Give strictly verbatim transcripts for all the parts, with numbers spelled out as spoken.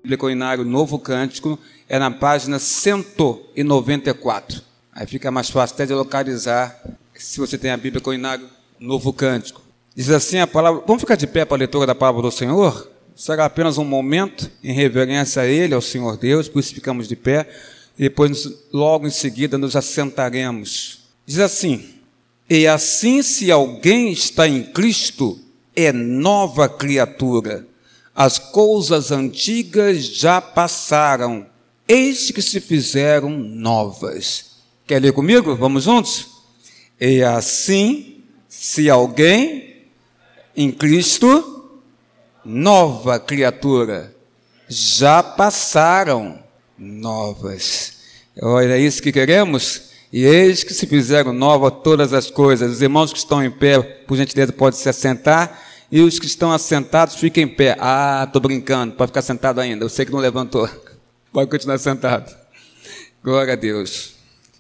Bíblia Coinário Novo Cântico é na página cento e noventa e quatro. Aí fica mais fácil até de localizar, se você tem a Bíblia Coinário Novo Cântico. Diz assim a palavra... Vamos ficar de pé para a leitura da palavra do Senhor? Será apenas um momento em reverência a Ele, ao Senhor Deus, por isso ficamos de pé, e depois, logo em seguida, nos assentaremos. Diz assim: e assim, se alguém está em Cristo, é nova criatura. As coisas antigas já passaram, eis que se fizeram novas. Quer ler comigo? Vamos juntos? E assim, se alguém em Cristo, nova criatura, já passaram novas. Olha, é isso que queremos? E eis que se fizeram novas todas as coisas. Os irmãos que estão em pé, por gentileza, podem se assentar. E os que estão assentados, fiquem em pé. Ah, estou brincando, pode ficar sentado ainda. Eu sei que não levantou. Pode continuar sentado. Glória a Deus.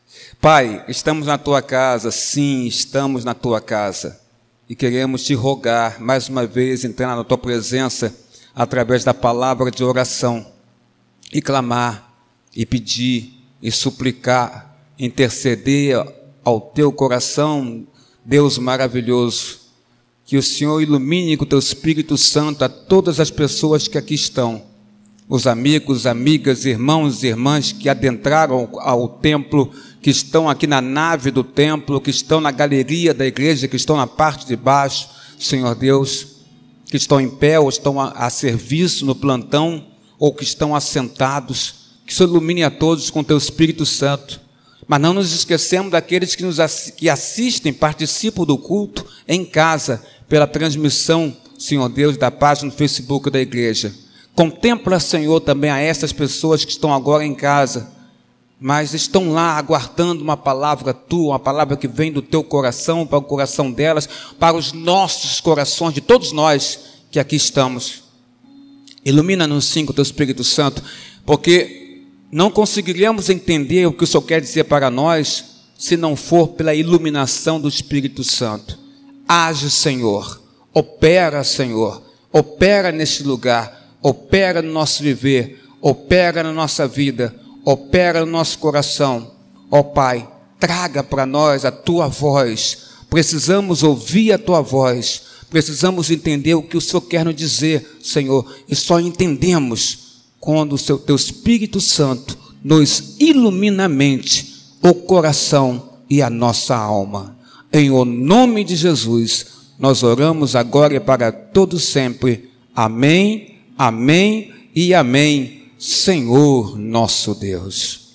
Pai, estamos na tua casa. Sim, estamos na tua casa. E queremos te rogar, mais uma vez, entrar na tua presença, através da palavra de oração. E clamar, e pedir, e suplicar, interceder ao teu coração, Deus maravilhoso. Que o Senhor ilumine com o teu Espírito Santo a todas as pessoas que aqui estão, os amigos, amigas, irmãos e irmãs que adentraram ao templo, que estão aqui na nave do templo, que estão na galeria da igreja, que estão na parte de baixo, Senhor Deus, que estão em pé ou estão a, a serviço no plantão, ou que estão assentados, que o Senhor ilumine a todos com o teu Espírito Santo. Mas não nos esquecemos daqueles que, nos, que assistem, participam do culto em casa, pela transmissão, Senhor Deus, da página no Facebook da igreja. Contempla, Senhor, também a essas pessoas que estão agora em casa, mas estão lá aguardando uma palavra tua, uma palavra que vem do teu coração, para o coração delas, para os nossos corações, de todos nós que aqui estamos. Ilumina-nos sim com o teu Espírito Santo, porque não conseguiremos entender o que o Senhor quer dizer para nós, se não for pela iluminação do Espírito Santo. Age, Senhor, opera, Senhor, opera neste lugar, opera no nosso viver, opera na nossa vida, opera no nosso coração. Ó Pai, traga para nós a tua voz. Precisamos ouvir a tua voz, precisamos entender o que o Senhor quer nos dizer, Senhor, e só entendemos quando o seu, teu Espírito Santo nos ilumina a mente, o coração e a nossa alma. Em o nome de Jesus, nós oramos agora e para todo sempre. Amém, amém e amém, Senhor nosso Deus.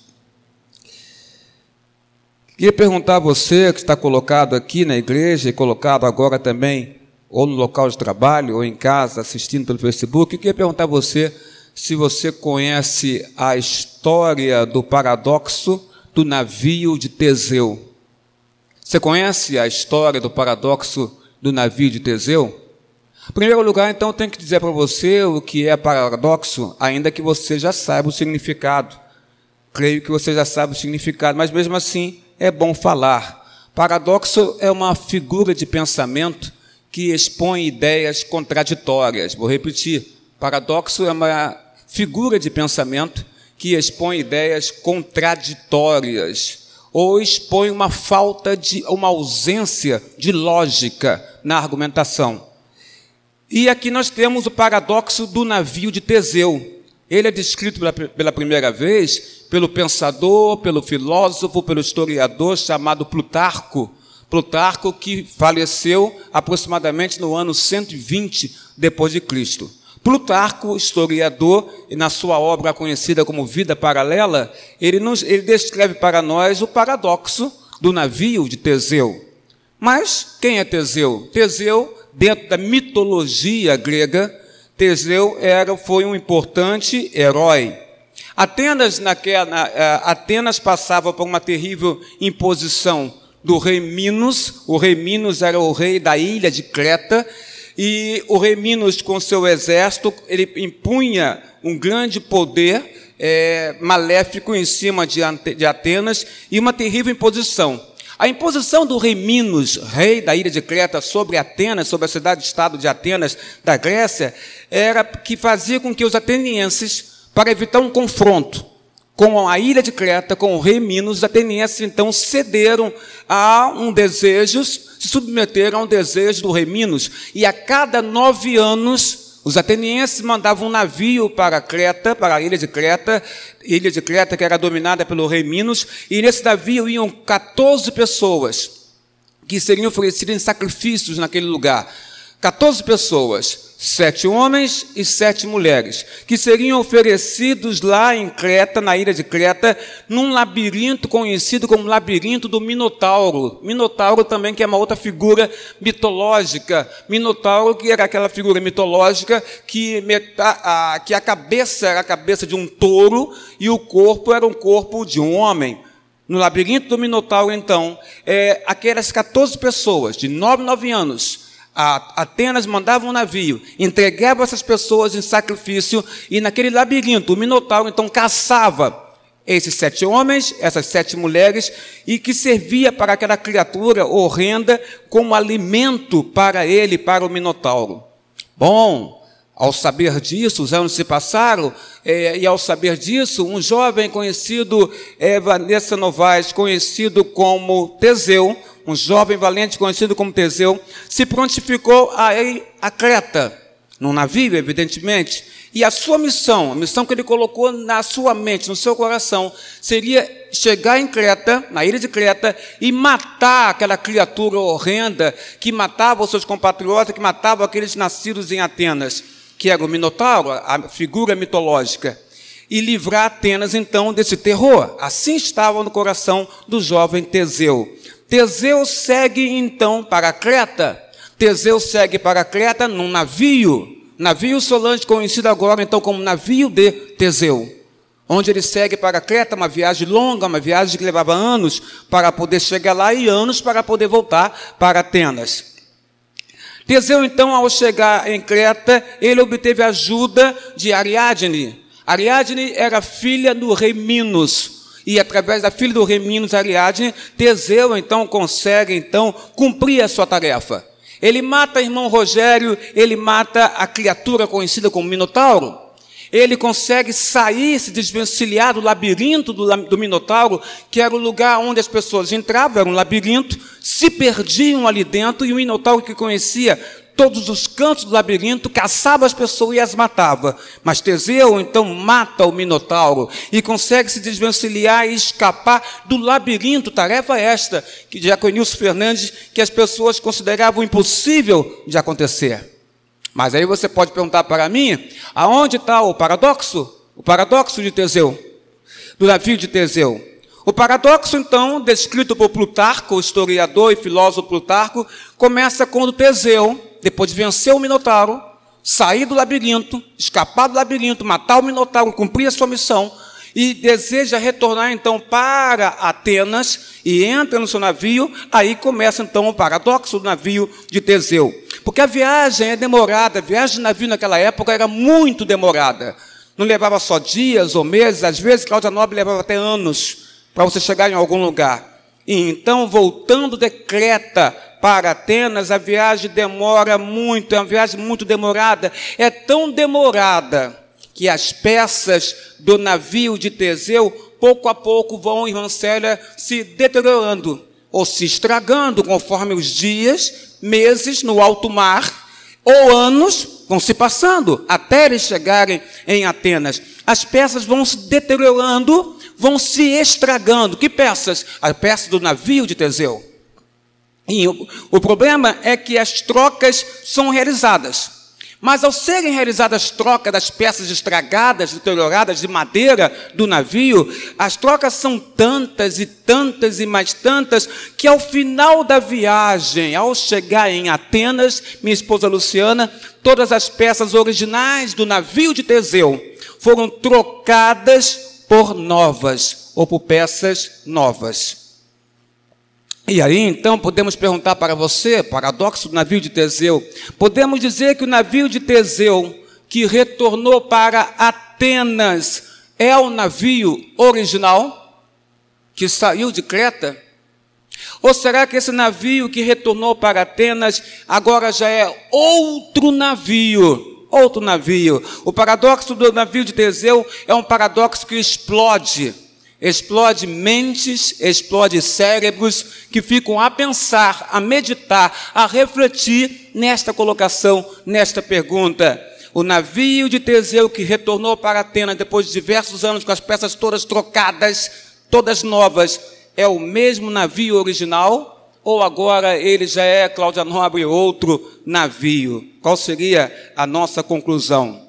Queria perguntar a você que está colocado aqui na igreja e colocado agora também, ou no local de trabalho, ou em casa, assistindo pelo Facebook, eu queria perguntar a você se você conhece a história do paradoxo do navio de Teseu. Você conhece a história do paradoxo do navio de Teseu? Em primeiro lugar, então, eu tenho que dizer para você o que é paradoxo, ainda que você já saiba o significado. Creio que você já sabe o significado, mas mesmo assim é bom falar. Paradoxo é uma figura de pensamento que expõe ideias contraditórias. Vou repetir. Paradoxo é uma figura de pensamento que expõe ideias contraditórias, ou expõe uma falta de, uma ausência de lógica na argumentação. E aqui nós temos o paradoxo do navio de Teseu. Ele é descrito pela, pela primeira vez pelo pensador, pelo filósofo, pelo historiador chamado Plutarco. Plutarco, que faleceu aproximadamente no ano cento e vinte depois de Cristo. Plutarco, historiador, e na sua obra conhecida como Vida Paralela, ele, nos, ele descreve para nós o paradoxo do navio de Teseu. Mas quem é Teseu? Teseu, dentro da mitologia grega, Teseu era, foi um importante herói. Atenas, naquela, Atenas passava por uma terrível imposição do rei Minos. O rei Minos era o rei da ilha de Creta, e o rei Minos, com seu exército, ele impunha um grande poder é, maléfico em cima de, de Atenas, e uma terrível imposição. A imposição do rei Minos, rei da ilha de Creta, sobre Atenas, sobre a cidade-estado de Atenas, da Grécia, era que fazia com que os atenienses para evitar um confronto com a ilha de Creta, com o rei Minos, os atenienses então cederam a um desejo, se submeteram a um desejo do rei Minos, e a cada nove anos os atenienses mandavam um navio para Creta, para a ilha de Creta, ilha de Creta que era dominada pelo rei Minos, e nesse navio iam quatorze pessoas que seriam oferecidas em sacrifícios naquele lugar. quatorze pessoas, sete homens e sete mulheres, que seriam oferecidos lá em Creta, na ilha de Creta, num labirinto conhecido como labirinto do Minotauro. Minotauro também, que é uma outra figura mitológica. Minotauro, que era aquela figura mitológica que, a, que a cabeça era a cabeça de um touro e o corpo era um corpo de um homem. No labirinto do Minotauro, então, é, aquelas quatorze pessoas, de nove, nove anos, a Atenas mandava um navio, entregava essas pessoas em sacrifício, e naquele labirinto, o Minotauro, então, caçava esses sete homens, essas sete mulheres, e que servia para aquela criatura horrenda como alimento para ele, para o Minotauro. Bom, ao saber disso, os anos se passaram, é, e ao saber disso, um jovem conhecido, é, Vanessa Novaes, conhecido como Teseu, um jovem valente conhecido como Teseu, se prontificou a ir a Creta, num navio, evidentemente, e a sua missão, a missão que ele colocou na sua mente, no seu coração, seria chegar em Creta, na ilha de Creta, e matar aquela criatura horrenda que matava os seus compatriotas, que matava aqueles nascidos em Atenas, que era o Minotauro, a figura mitológica, e livrar Atenas, então, desse terror. Assim estava no coração do jovem Teseu. Teseu segue, então, para Creta. Teseu segue para Creta num navio, navio Solante, conhecido agora, então, como navio de Teseu, onde ele segue para Creta, uma viagem longa, uma viagem que levava anos para poder chegar lá e anos para poder voltar para Atenas. Teseu, então, ao chegar em Creta, ele obteve a ajuda de Ariadne. Ariadne era filha do rei Minos. E através da filha do rei Minos, Ariadne, Teseu, então, consegue, então, cumprir a sua tarefa. Ele mata o irmão Rogério, ele mata a criatura conhecida como Minotauro. Ele consegue sair, se desvencilhar do labirinto do, do Minotauro, que era o lugar onde as pessoas entravam, era um labirinto, se perdiam ali dentro, e o Minotauro, que conhecia todos os cantos do labirinto, caçava as pessoas e as matava. Mas Teseu, então, mata o Minotauro e consegue se desvencilhar e escapar do labirinto, tarefa esta, que de Jaconilson Fernandes, que as pessoas consideravam impossível de acontecer. Mas aí você pode perguntar para mim, aonde está o paradoxo? O paradoxo de Teseu, do navio de Teseu. O paradoxo, então, descrito por Plutarco, o historiador e filósofo Plutarco, começa quando Teseu, depois de vencer o Minotauro, sair do labirinto, escapar do labirinto, matar o Minotauro, cumprir a sua missão, e deseja retornar, então, para Atenas, e entra no seu navio, aí começa, então, o paradoxo do navio de Teseu. Porque a viagem é demorada, a viagem de navio naquela época era muito demorada. Não levava só dias ou meses, às vezes Cláudia Nobre levava até anos para você chegar em algum lugar. E então, voltando de Creta para Atenas, a viagem demora muito, é uma viagem muito demorada. É tão demorada que as peças do navio de Teseu, pouco a pouco, vão, irmã Célia, se deteriorando, ou se estragando, conforme os dias, meses no alto mar, ou anos vão se passando, até eles chegarem em Atenas. As peças vão se deteriorando, vão se estragando. Que peças? As peças do navio de Teseu. E o, o problema é que as trocas são realizadas. Mas ao serem realizadas as trocas das peças estragadas, deterioradas de madeira do navio, as trocas são tantas e tantas e mais tantas, que ao final da viagem, ao chegar em Atenas, minha esposa Luciana, todas as peças originais do navio de Teseu foram trocadas por novas, ou por peças novas. E aí, então, podemos perguntar para você, paradoxo do navio de Teseu, podemos dizer que o navio de Teseu, que retornou para Atenas, é o navio original, que saiu de Creta? Ou será que esse navio que retornou para Atenas, agora já é outro navio, outro navio. O paradoxo do navio de Teseu é um paradoxo que explode. Explode mentes, explode cérebros que ficam a pensar, a meditar, a refletir nesta colocação, nesta pergunta. O navio de Teseu que retornou para Atenas depois de diversos anos com as peças todas trocadas, todas novas, é o mesmo navio original? Ou agora ele já é, Cláudia Nobre, outro navio? Qual seria a nossa conclusão?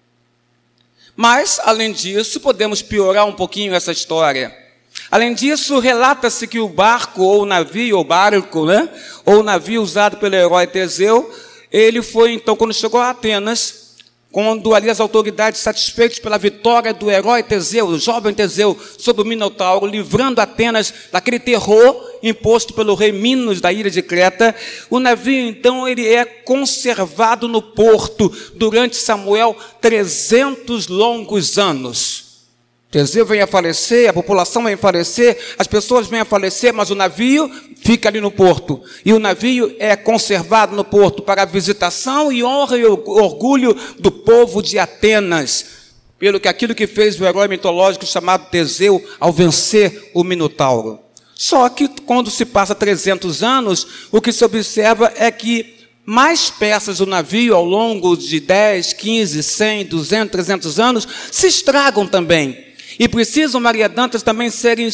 Mas, além disso, podemos piorar um pouquinho essa história. Além disso, relata-se que o barco, ou o navio, ou barco, né? ou o navio usado pelo herói Teseu, ele foi, então, quando chegou a Atenas, quando ali as autoridades, satisfeitas pela vitória do herói Teseu, do jovem Teseu, sobre o Minotauro, livrando Atenas daquele terror imposto pelo rei Minos da ilha de Creta, o navio, então, ele é conservado no porto durante, Samuel, trezentos longos anos. Teseu vem a falecer, a população vem a falecer, as pessoas vêm a falecer, mas o navio fica ali no porto. E o navio é conservado no porto para a visitação e honra e orgulho do povo de Atenas, pelo que aquilo que fez o herói mitológico chamado Teseu ao vencer o Minotauro. Só que quando se passa trezentos anos, o que se observa é que mais peças do navio ao longo de dez, quinze, cem, duzentos, trezentos anos se estragam também. E precisam, Maria Dantas, também serem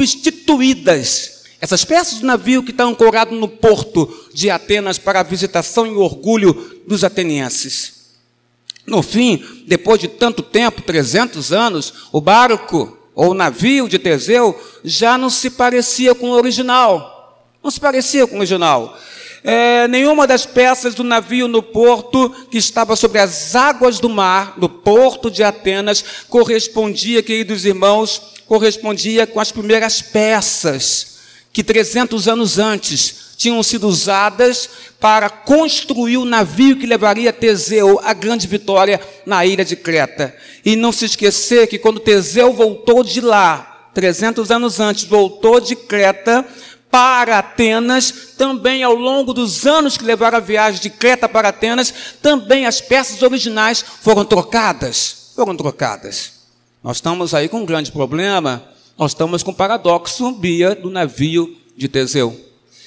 substituídas. Essas peças do navio que estão ancoradas no porto de Atenas para a visitação e o orgulho dos atenienses. No fim, depois de tanto tempo, trezentos anos, o barco ou o navio de Teseu já não se parecia com o original. Não se parecia com o original. É, nenhuma das peças do navio no porto, que estava sobre as águas do mar, no porto de Atenas, correspondia, queridos irmãos, correspondia com as primeiras peças que trezentos anos antes tinham sido usadas para construir o navio que levaria Teseu à grande vitória na ilha de Creta. E não se esquecer que quando Teseu voltou de lá, trezentos anos antes, voltou de Creta para Atenas, também ao longo dos anos que levaram a viagem de Creta para Atenas, também as peças originais foram trocadas, foram trocadas. Nós estamos aí com um grande problema, nós estamos com o paradoxo, Bia, do navio de Teseu.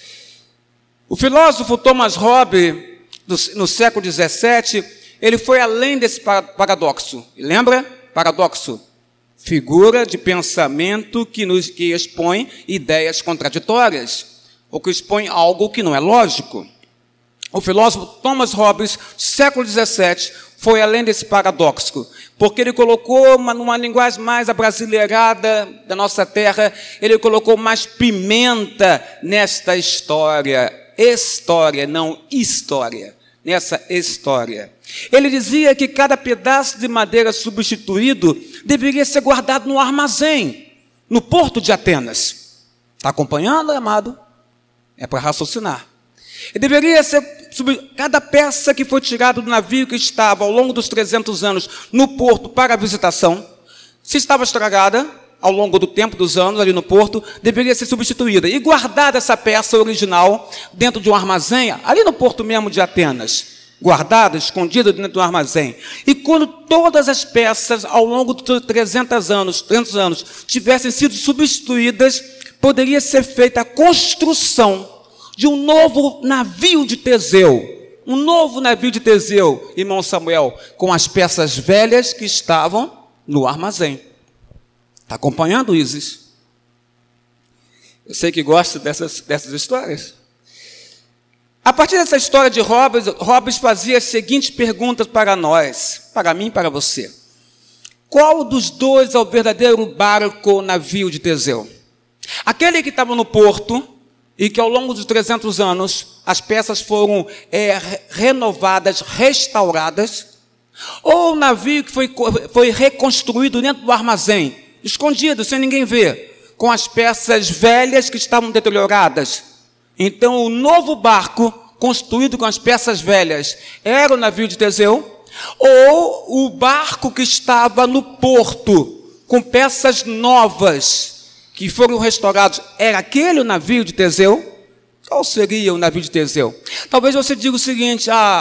O filósofo Thomas Hobbes, no século dezessete, ele foi além desse paradoxo. Lembra? Paradoxo. Figura de pensamento que nos que expõe ideias contraditórias, ou que expõe algo que não é lógico. O filósofo Thomas Hobbes, século dezessete, foi além desse paradoxo, porque ele colocou, uma, numa linguagem mais abrasileirada da nossa terra, ele colocou mais pimenta nesta história. História, não história. Nessa história. Ele dizia que cada pedaço de madeira substituído deveria ser guardado no armazém, no porto de Atenas. Está acompanhando, amado? É para raciocinar. E deveria ser, cada peça que foi tirada do navio que estava ao longo dos trezentos anos no porto para a visitação, se estava estragada, ao longo do tempo, dos anos, ali no porto, deveria ser substituída. E guardada essa peça original dentro de um armazém, ali no porto mesmo de Atenas. Guardada, escondida dentro do armazém. E quando todas as peças, ao longo de trezentos anos, trezentos anos, tivessem sido substituídas, poderia ser feita a construção de um novo navio de Teseu. Um novo navio de Teseu, irmão Samuel, com as peças velhas que estavam no armazém. Está acompanhando, Isis? Eu sei que gosta dessas, dessas histórias. A partir dessa história de Hobbes, Hobbes fazia as seguintes perguntas para nós, para mim e para você. Qual dos dois é o verdadeiro barco ou navio de Teseu? Aquele que estava no porto e que ao longo dos trezentos anos as peças foram é, renovadas, restauradas, ou o navio que foi, foi reconstruído dentro do armazém, escondido, sem ninguém ver, com as peças velhas que estavam deterioradas. Então, o novo barco, construído com as peças velhas, era o navio de Teseu, ou o barco que estava no porto, com peças novas, que foram restaurados, era aquele o navio de Teseu? Qual seria o navio de Teseu? Talvez você diga o seguinte, ah,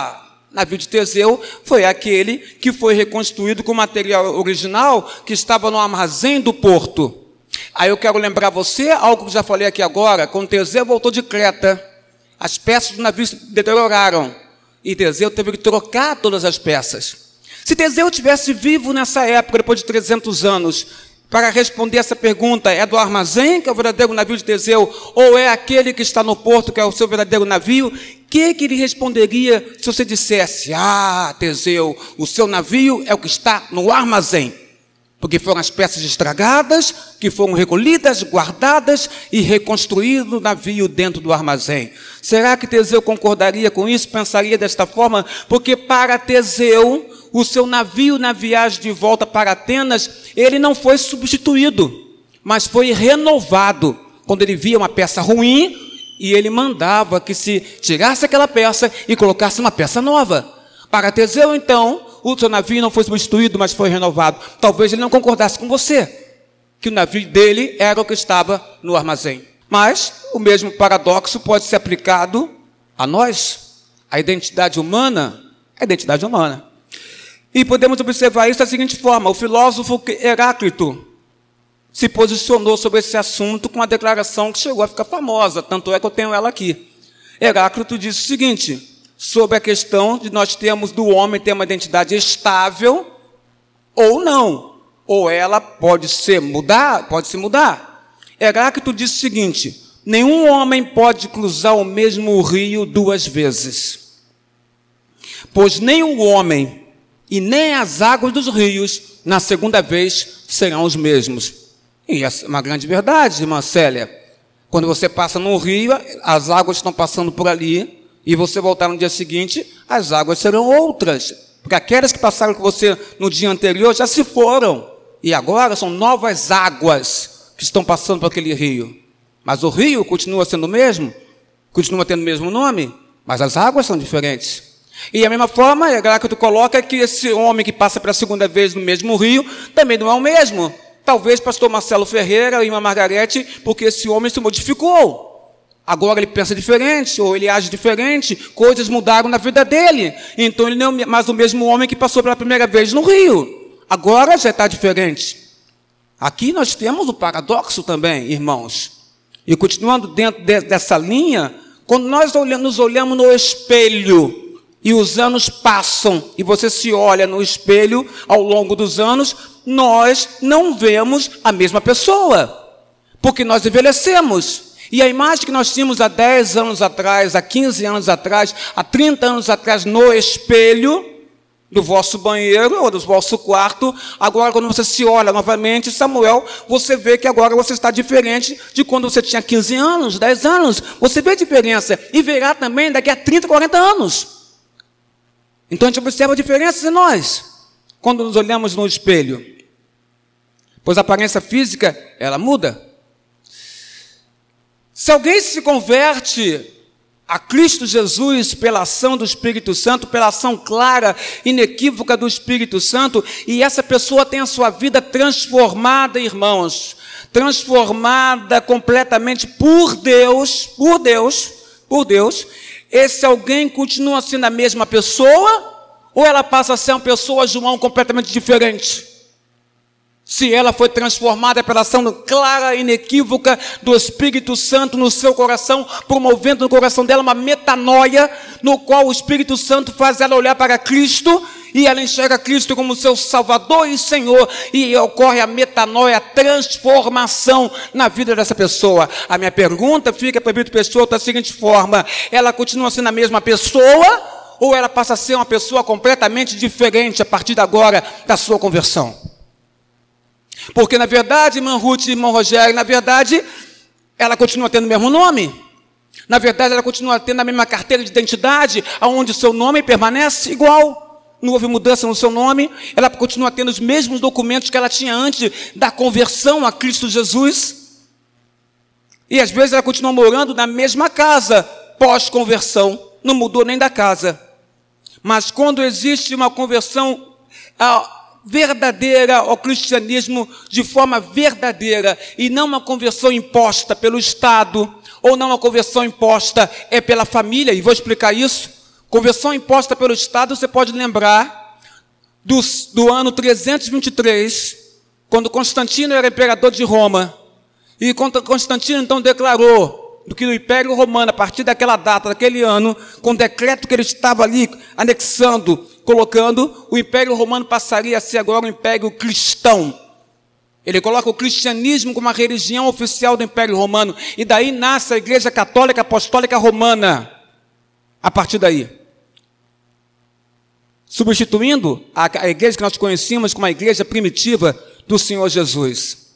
O navio de Teseu foi aquele que foi reconstruído com o material original que estava no armazém do porto. Aí eu quero lembrar você, algo que eu já falei aqui agora, quando Teseu voltou de Creta, as peças do navio se deterioraram, e Teseu teve que trocar todas as peças. Se Teseu tivesse vivo nessa época, depois de trezentos anos, para responder essa pergunta, é do armazém, que é o verdadeiro navio de Teseu, ou é aquele que está no porto, que é o seu verdadeiro navio? O que, que ele responderia se você dissesse: ah, Teseu, o seu navio é o que está no armazém? Porque foram as peças estragadas, que foram recolhidas, guardadas e reconstruído o navio dentro do armazém. Será que Teseu concordaria com isso, pensaria desta forma? Porque para Teseu, o seu navio na viagem de volta para Atenas, ele não foi substituído, mas foi renovado. Quando ele via uma peça ruim, e ele mandava que se tirasse aquela peça e colocasse uma peça nova. Para Teseu, então, o seu navio não foi substituído, mas foi renovado. Talvez ele não concordasse com você, que o navio dele era o que estava no armazém. Mas o mesmo paradoxo pode ser aplicado a nós. A identidade humana é a identidade humana. E podemos observar isso da seguinte forma: o filósofo Heráclito se posicionou sobre esse assunto com uma declaração que chegou a ficar famosa, tanto é que eu tenho ela aqui. Heráclito disse o seguinte, sobre a questão de nós termos do homem ter uma identidade estável ou não, ou ela pode ser mudar, pode se mudar. Heráclito disse o seguinte: nenhum homem pode cruzar o mesmo rio duas vezes, pois nem o homem e nem as águas dos rios, na segunda vez, serão os mesmos. E essa é uma grande verdade, irmã Célia. Quando você passa num rio, as águas estão passando por ali, e você voltar no dia seguinte, as águas serão outras. Porque aquelas que passaram com você no dia anterior já se foram. E agora são novas águas que estão passando por aquele rio. Mas o rio continua sendo o mesmo, continua tendo o mesmo nome, mas as águas são diferentes. E a mesma forma, Heráclito coloca que esse homem que passa pela segunda vez no mesmo rio, também não é o mesmo. Talvez pastor Marcelo Ferreira e irmã Margarete, porque esse homem se modificou. Agora ele pensa diferente, ou ele age diferente, coisas mudaram na vida dele. Então ele não é mais o mesmo homem que passou pela primeira vez no rio. Agora já está diferente. Aqui nós temos o paradoxo também, irmãos. E continuando dentro de, dessa linha, quando nós olhamos, nos olhamos no espelho, e os anos passam, e você se olha no espelho ao longo dos anos, nós não vemos a mesma pessoa, porque nós envelhecemos. E a imagem que nós tínhamos há dez anos atrás, há quinze anos atrás, há trinta anos atrás, no espelho do vosso banheiro ou do vosso quarto, agora quando você se olha novamente, Samuel, você vê que agora você está diferente de quando você tinha quinze anos, dez anos. Você vê a diferença, e verá também daqui a trinta, quarenta anos. Então a gente observa a diferença em nós, quando nos olhamos no espelho. Pois a aparência física, ela muda. Se alguém se converte a Cristo Jesus pela ação do Espírito Santo, pela ação clara, inequívoca do Espírito Santo, e essa pessoa tem a sua vida transformada, irmãos, transformada completamente por Deus, por Deus, por Deus, esse alguém continua sendo a mesma pessoa, ou ela passa a ser uma pessoa, João, completamente diferente? Se ela foi transformada pela ação clara e inequívoca do Espírito Santo no seu coração, promovendo no coração dela uma metanoia, no qual o Espírito Santo faz ela olhar para Cristo, e ela enxerga Cristo como seu Salvador e Senhor, e ocorre a metanoia, a transformação na vida dessa pessoa. A minha pergunta fica para a Brito Pessoa da seguinte forma: ela continua sendo a mesma pessoa, ou ela passa a ser uma pessoa completamente diferente a partir de agora da sua conversão? Porque na verdade, irmã Ruth e irmão Rogério, na verdade, ela continua tendo o mesmo nome. Na verdade, ela continua tendo a mesma carteira de identidade, onde o seu nome permanece igual. Não houve mudança no seu nome. Ela continua tendo os mesmos documentos que ela tinha antes da conversão a Cristo Jesus. E às vezes ela continua morando na mesma casa pós-conversão. Não mudou nem da casa. Mas quando existe uma conversão a, verdadeira ao cristianismo, de forma verdadeira, e não uma conversão imposta pelo Estado, ou não uma conversão imposta é pela família, e vou explicar isso. Conversão imposta pelo Estado, você pode lembrar do, do ano trezentos e vinte e três, quando Constantino era imperador de Roma. E Constantino então declarou do que o Império Romano, a partir daquela data, daquele ano, com o decreto que ele estava ali anexando, colocando, o Império Romano passaria a ser agora um Império Cristão. Ele coloca o cristianismo como a religião oficial do Império Romano. E daí nasce a Igreja Católica Apostólica Romana. A partir daí. Substituindo a, a igreja que nós conhecíamos como a igreja primitiva do Senhor Jesus.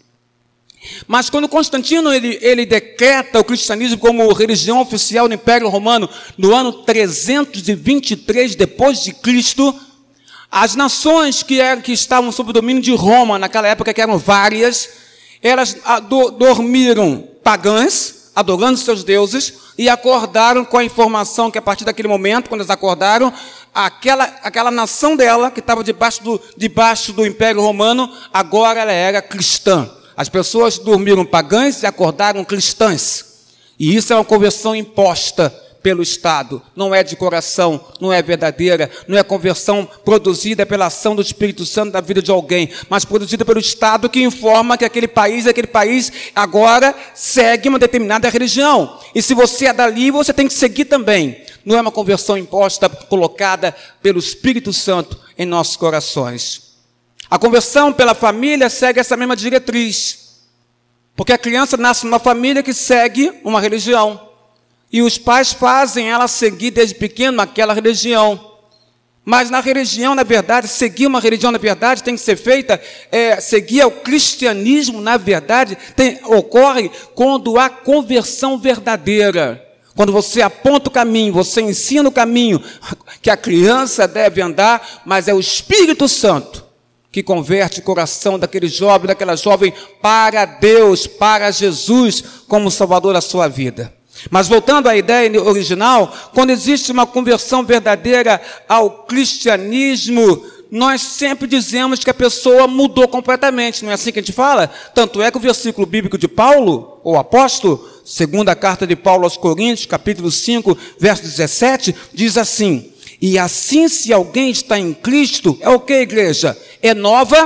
Mas quando Constantino ele, ele decreta o cristianismo como religião oficial do Império Romano, no ano trezentos e vinte e três depois de Cristo, as nações que, eram, que estavam sob o domínio de Roma, naquela época, que eram várias, elas do, dormiram pagãs, adorando seus deuses, e acordaram com a informação que, a partir daquele momento, quando eles acordaram, aquela, aquela nação dela, que estava debaixo do, debaixo do Império Romano, agora ela era cristã. As pessoas dormiram pagãs e acordaram cristãs. E isso é uma conversão imposta pelo Estado, não é de coração, não é verdadeira, não é conversão produzida pela ação do Espírito Santo na vida de alguém, mas produzida pelo Estado que informa que aquele país, aquele país agora segue uma determinada religião. E se você é dali, você tem que seguir também. Não é uma conversão imposta, colocada pelo Espírito Santo em nossos corações. A conversão pela família segue essa mesma diretriz, porque a criança nasce numa família que segue uma religião. E os pais fazem ela seguir desde pequeno aquela religião. Mas na religião, na verdade, seguir uma religião, na verdade, tem que ser feita, é, seguir o cristianismo, na verdade, tem, ocorre quando há conversão verdadeira. Quando você aponta o caminho, você ensina o caminho que a criança deve andar, mas é o Espírito Santo que converte o coração daquele jovem, daquela jovem, para Deus, para Jesus, como Salvador da sua vida. Mas voltando à ideia original, quando existe uma conversão verdadeira ao cristianismo, nós sempre dizemos que a pessoa mudou completamente, não é assim que a gente fala? Tanto é que o versículo bíblico de Paulo, o apóstolo, segunda carta de Paulo aos Coríntios, capítulo cinco, verso dezessete, diz assim: e assim, se alguém está em Cristo, é o que, igreja? É nova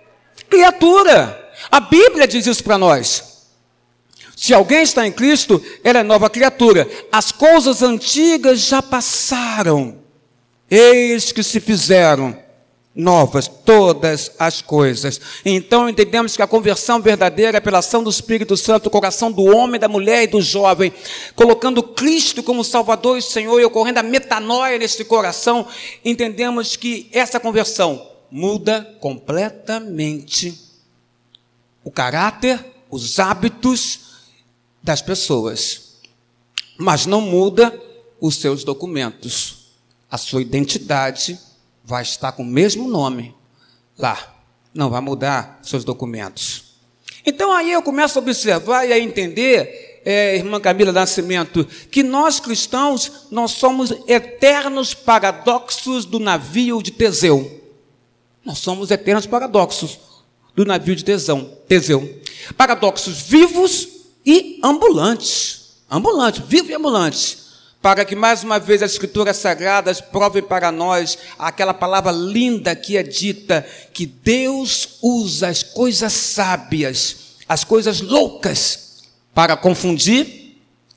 criatura. A Bíblia diz isso para nós. Se alguém está em Cristo, ela é nova criatura. As coisas antigas já passaram. Eis que se fizeram novas todas as coisas. Então entendemos que a conversão verdadeira é pela ação do Espírito Santo, o coração do homem, da mulher e do jovem, colocando Cristo como Salvador e Senhor e ocorrendo a metanoia neste coração. Entendemos que essa conversão muda completamente o caráter, os hábitos das pessoas, mas não muda os seus documentos. A sua identidade vai estar com o mesmo nome lá, não vai mudar seus documentos. Então aí eu começo a observar e a entender, é, irmã Camila Nascimento, que nós cristãos, nós somos eternos paradoxos do navio de Teseu. Nós somos eternos paradoxos do navio de Teseu. Teseu. Paradoxos vivos e ambulantes, ambulantes, vivo e ambulantes, para que mais uma vez as Escrituras Sagradas provem para nós aquela palavra linda que é dita, que Deus usa as coisas sábias, as coisas loucas, para confundir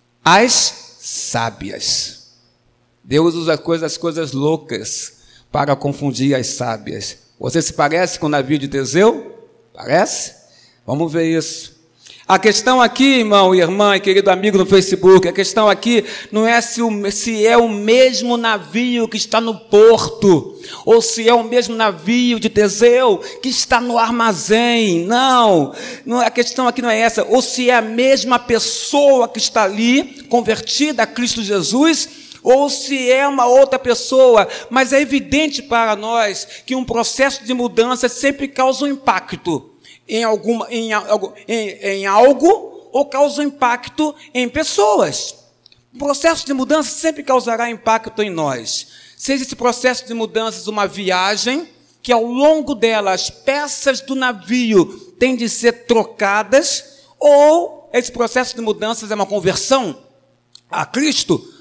as sábias. Deus usa as coisas, as coisas loucas para confundir as sábias. Você se parece com o navio de Teseu? Parece? Vamos ver isso. A questão aqui, irmão e irmã e querido amigo no Facebook, a questão aqui não é se, o, se é o mesmo navio que está no porto, ou se é o mesmo navio de Teseu que está no armazém. Não, não, a questão aqui não é essa. Ou se é a mesma pessoa que está ali, convertida a Cristo Jesus, ou se é uma outra pessoa. Mas é evidente para nós que um processo de mudança sempre causa um impacto Em, alguma, em, em, em algo, ou causa um impacto em pessoas. O processo de mudança sempre causará impacto em nós. Seja esse processo de mudanças uma viagem, que ao longo dela as peças do navio têm de ser trocadas, ou esse processo de mudanças é uma conversão a Cristo,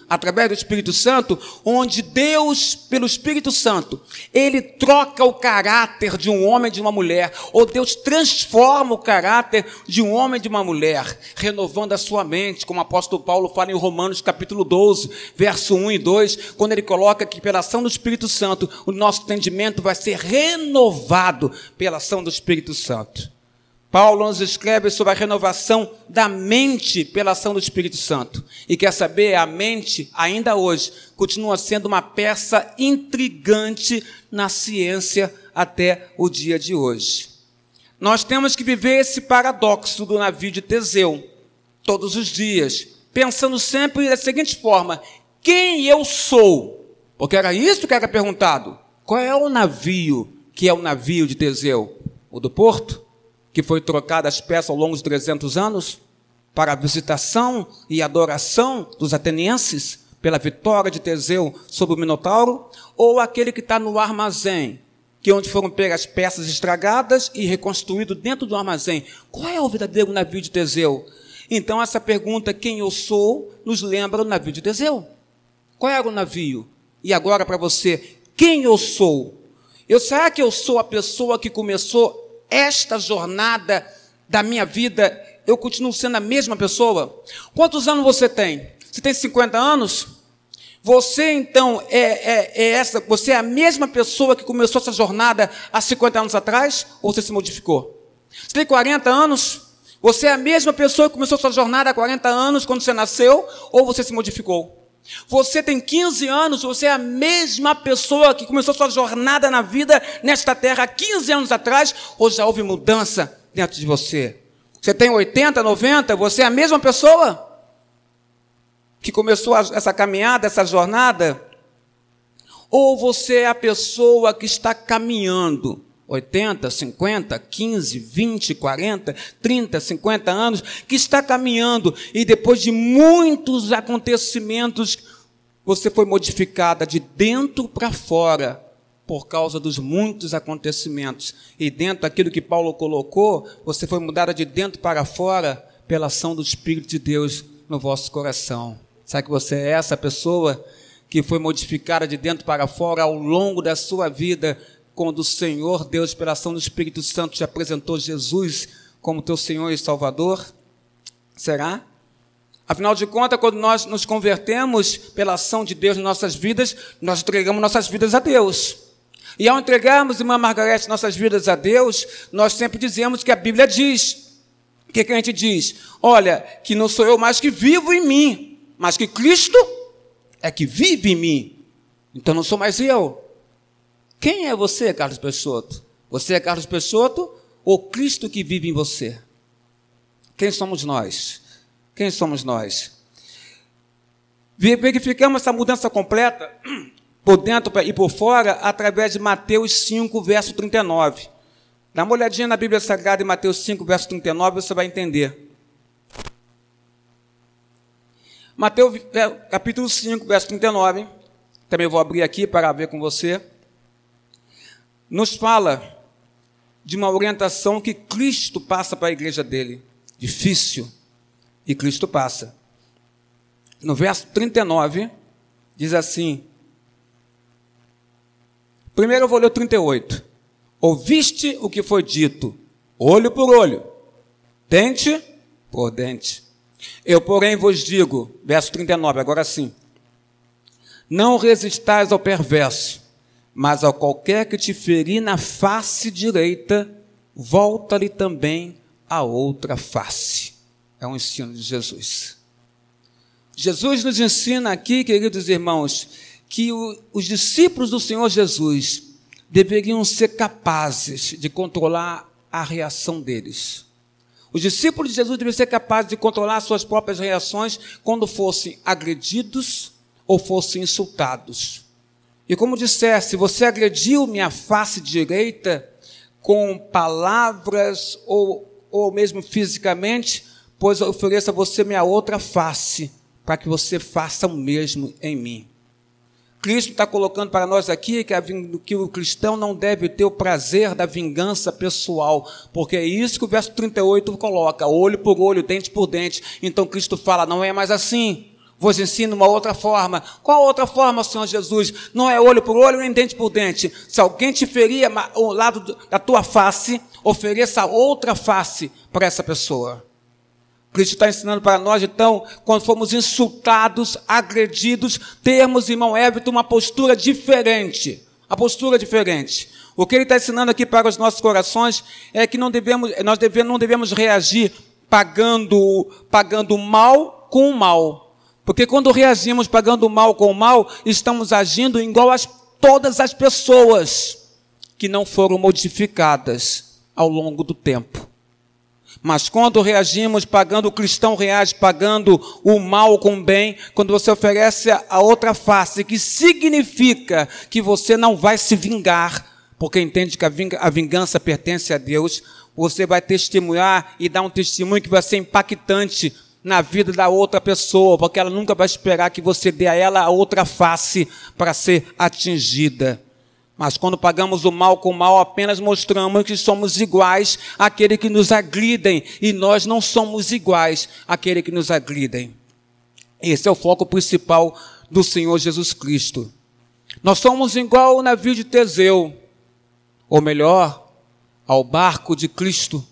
através do Espírito Santo, onde Deus, pelo Espírito Santo, Ele troca o caráter de um homem e de uma mulher, ou Deus transforma o caráter de um homem e de uma mulher, renovando a sua mente, como o apóstolo Paulo fala em Romanos capítulo doze, verso um e dois, quando ele coloca que pela ação do Espírito Santo, o nosso entendimento vai ser renovado pela ação do Espírito Santo. Paulo nos escreve sobre a renovação da mente pela ação do Espírito Santo. E quer saber, a mente, ainda hoje, continua sendo uma peça intrigante na ciência até o dia de hoje. Nós temos que viver esse paradoxo do navio de Teseu, todos os dias, pensando sempre da seguinte forma: quem eu sou? Porque era isso que era perguntado. Qual é o navio que é o navio de Teseu? O do Porto? Que foi trocado as peças ao longo de trezentos anos para a visitação e adoração dos atenienses pela vitória de Teseu sobre o Minotauro, ou aquele que está no armazém, que é onde foram pegas as peças estragadas e reconstruído dentro do armazém? Qual é o verdadeiro navio de Teseu? Então essa pergunta, quem eu sou, nos lembra o navio de Teseu. Qual era o navio? E agora para você, quem eu sou? Eu, será que eu sou a pessoa que começou esta jornada da minha vida? Eu continuo sendo a mesma pessoa? Quantos anos você tem? Você tem cinquenta anos? Você, então, é, é, é essa, você é a mesma pessoa que começou essa jornada há cinquenta anos atrás? Ou você se modificou? Você tem quarenta anos? Você é a mesma pessoa que começou sua jornada há quarenta anos, quando você nasceu? Ou você se modificou? Você tem quinze anos, você é a mesma pessoa que começou sua jornada na vida nesta terra há quinze anos atrás, ou já houve mudança dentro de você? Você tem oitenta, noventa, você é a mesma pessoa que começou essa caminhada, essa jornada? Ou você é a pessoa que está caminhando oitenta, cinquenta, quinze, vinte, quarenta, trinta, cinquenta anos, que está caminhando e depois de muitos acontecimentos, você foi modificada de dentro para fora por causa dos muitos acontecimentos. E dentro daquilo que Paulo colocou, você foi mudada de dentro para fora pela ação do Espírito de Deus no vosso coração. Sabe que você é essa pessoa que foi modificada de dentro para fora ao longo da sua vida, quando o Senhor Deus, pela ação do Espírito Santo, te apresentou Jesus como teu Senhor e Salvador? Será? Afinal de contas, quando nós nos convertemos pela ação de Deus em nossas vidas, nós entregamos nossas vidas a Deus. E ao entregarmos, irmã Margarete, nossas vidas a Deus, nós sempre dizemos que a Bíblia diz. O que, que a gente diz? Olha, que não sou eu mais que vivo em mim, mas que Cristo é que vive em mim. Então não sou mais eu. Quem é você, Carlos Peixoto? Você é Carlos Peixoto ou Cristo que vive em você? Quem somos nós? Quem somos nós? Verificamos essa mudança completa, por dentro e por fora, através de Mateus cinco, verso trinta e nove. Dá uma olhadinha na Bíblia Sagrada em Mateus cinco, verso trinta e nove, você vai entender. Mateus, capítulo cinco, verso trinta e nove, também vou abrir aqui para ver com você, nos fala de uma orientação que Cristo passa para a igreja dele. Difícil, e Cristo passa. No verso trinta e nove, diz assim, primeiro eu vou ler o trinta e oito. Ouviste o que foi dito, olho por olho, dente por dente. Eu, porém, vos digo, verso trinta e nove, agora sim, não resistais ao perverso, mas ao qualquer que te ferir na face direita, volta-lhe também a outra face. É um ensino de Jesus. Jesus nos ensina aqui, queridos irmãos, que o, os discípulos do Senhor Jesus deveriam ser capazes de controlar a reação deles. Os discípulos de Jesus deveriam ser capazes de controlar suas próprias reações quando fossem agredidos ou fossem insultados. E como disser, se você agrediu minha face direita com palavras ou, ou mesmo fisicamente, pois eu ofereço a você minha outra face, para que você faça o mesmo em mim. Cristo está colocando para nós aqui que, a, que o cristão não deve ter o prazer da vingança pessoal, porque é isso que o verso trinta e oito coloca, olho por olho, dente por dente. Então Cristo fala, não é mais assim. Vos ensino uma outra forma. Qual outra forma, Senhor Jesus? Não é olho por olho, nem dente por dente. Se alguém te ferir o lado da tua face, ofereça outra face para essa pessoa. Cristo está ensinando para nós, então, quando fomos insultados, agredidos, termos, irmão Everton, uma postura diferente. A postura diferente. O que ele está ensinando aqui para os nossos corações é que não devemos, nós devemos, não devemos reagir pagando, pagando mal com o mal. Porque quando reagimos pagando o mal com o mal, estamos agindo igual a todas as pessoas que não foram modificadas ao longo do tempo. Mas quando reagimos pagando, o cristão reage pagando o mal com o bem, quando você oferece a outra face, que significa que você não vai se vingar, porque entende que a vingança pertence a Deus, você vai testemunhar e dar um testemunho que vai ser impactante na vida da outra pessoa, porque ela nunca vai esperar que você dê a ela a outra face para ser atingida. Mas quando pagamos o mal com o mal, apenas mostramos que somos iguais àquele que nos agridem, e nós não somos iguais àquele que nos agridem. Esse é o foco principal do Senhor Jesus Cristo. Nós somos igual ao navio de Teseu, ou melhor, ao barco de Cristo,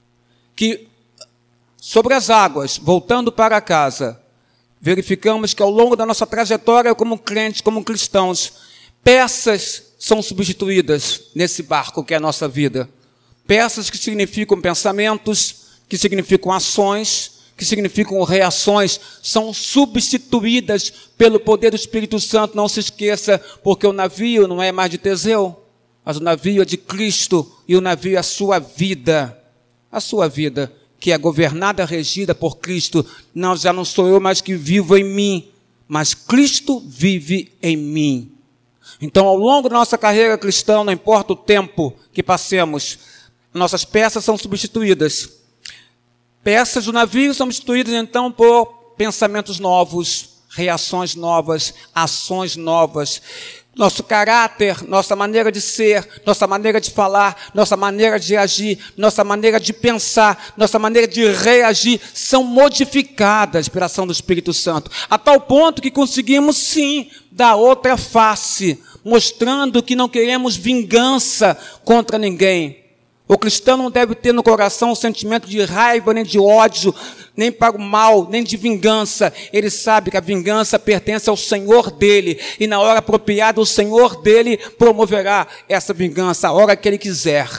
que sobre as águas, voltando para casa, verificamos que ao longo da nossa trajetória como crentes, como cristãos, peças são substituídas nesse barco que é a nossa vida. Peças que significam pensamentos, que significam ações, que significam reações, são substituídas pelo poder do Espírito Santo. Não se esqueça, porque o navio não é mais de Teseu, mas o navio é de Cristo, e o navio é a sua vida, a sua vida, que é governada, regida por Cristo. Não, já não sou eu mais que vivo em mim, mas Cristo vive em mim. Então, ao longo da nossa carreira cristã, não importa o tempo que passemos, nossas peças são substituídas. Peças do navio são substituídas, então, por pensamentos novos, reações novas, ações novas. Nosso caráter, nossa maneira de ser, nossa maneira de falar, nossa maneira de agir, nossa maneira de pensar, nossa maneira de reagir, são modificadas pela ação do Espírito Santo, a tal ponto que conseguimos, sim, dar outra face, mostrando que não queremos vingança contra ninguém. O cristão não deve ter no coração um sentimento de raiva, nem de ódio, nem para o mal, nem de vingança. Ele sabe que a vingança pertence ao Senhor dele, e na hora apropriada o Senhor dele promoverá essa vingança, a hora que ele quiser.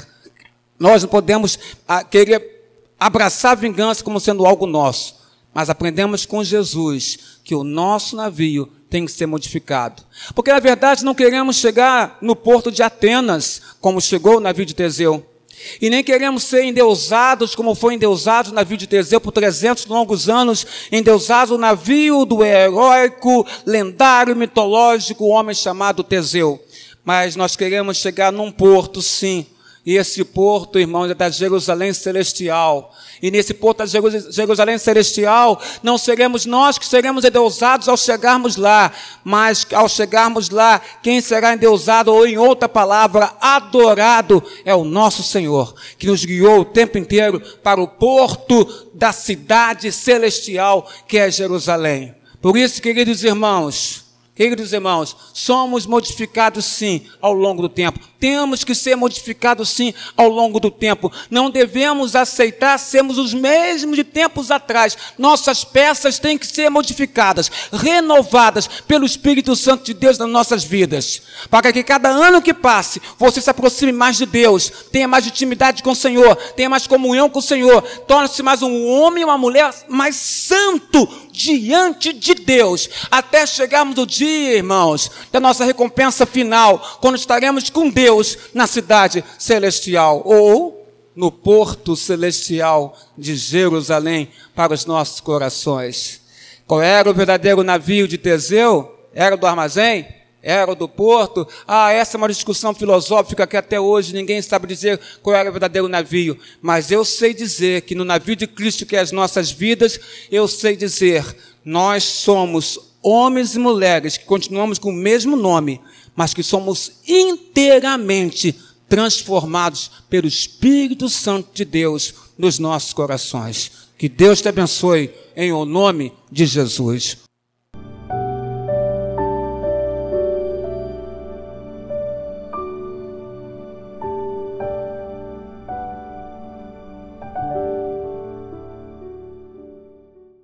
Nós não podemos querer abraçar a vingança como sendo algo nosso, mas aprendemos com Jesus que o nosso navio tem que ser modificado. Porque, na verdade, não queremos chegar no porto de Atenas, como chegou o navio de Teseu. E nem queremos ser endeusados, como foi endeusado o navio de Teseu por trezentos longos anos, endeusado o navio do heróico, lendário, mitológico homem chamado Teseu. Mas nós queremos chegar num porto, sim. E esse porto, irmãos, é da Jerusalém Celestial. E nesse porto da Jerusalém Celestial, não seremos nós que seremos endeusados ao chegarmos lá, mas ao chegarmos lá, quem será endeusado, ou em outra palavra, adorado, é o nosso Senhor, que nos guiou o tempo inteiro para o porto da cidade celestial, que é Jerusalém. Por isso, queridos irmãos, Queridos irmãos, somos modificados sim ao longo do tempo. Temos que ser modificados sim ao longo do tempo. Não devemos aceitar sermos os mesmos de tempos atrás. Nossas peças têm que ser modificadas, renovadas pelo Espírito Santo de Deus nas nossas vidas. Para que cada ano que passe, você se aproxime mais de Deus, tenha mais intimidade com o Senhor, tenha mais comunhão com o Senhor, torne-se mais um homem e uma mulher mais santo diante de Deus, até chegarmos no dia, irmãos, da nossa recompensa final, quando estaremos com Deus na cidade celestial, ou no porto celestial de Jerusalém, para os nossos corações. Qual era o verdadeiro navio de Teseu? Era do armazém? Era do porto? Ah, essa é uma discussão filosófica que até hoje ninguém sabe dizer qual era o verdadeiro navio. Mas eu sei dizer que no navio de Cristo, que é as nossas vidas, eu sei dizer, nós somos homens e mulheres que continuamos com o mesmo nome, mas que somos inteiramente transformados pelo Espírito Santo de Deus nos nossos corações. Que Deus te abençoe em o nome de Jesus.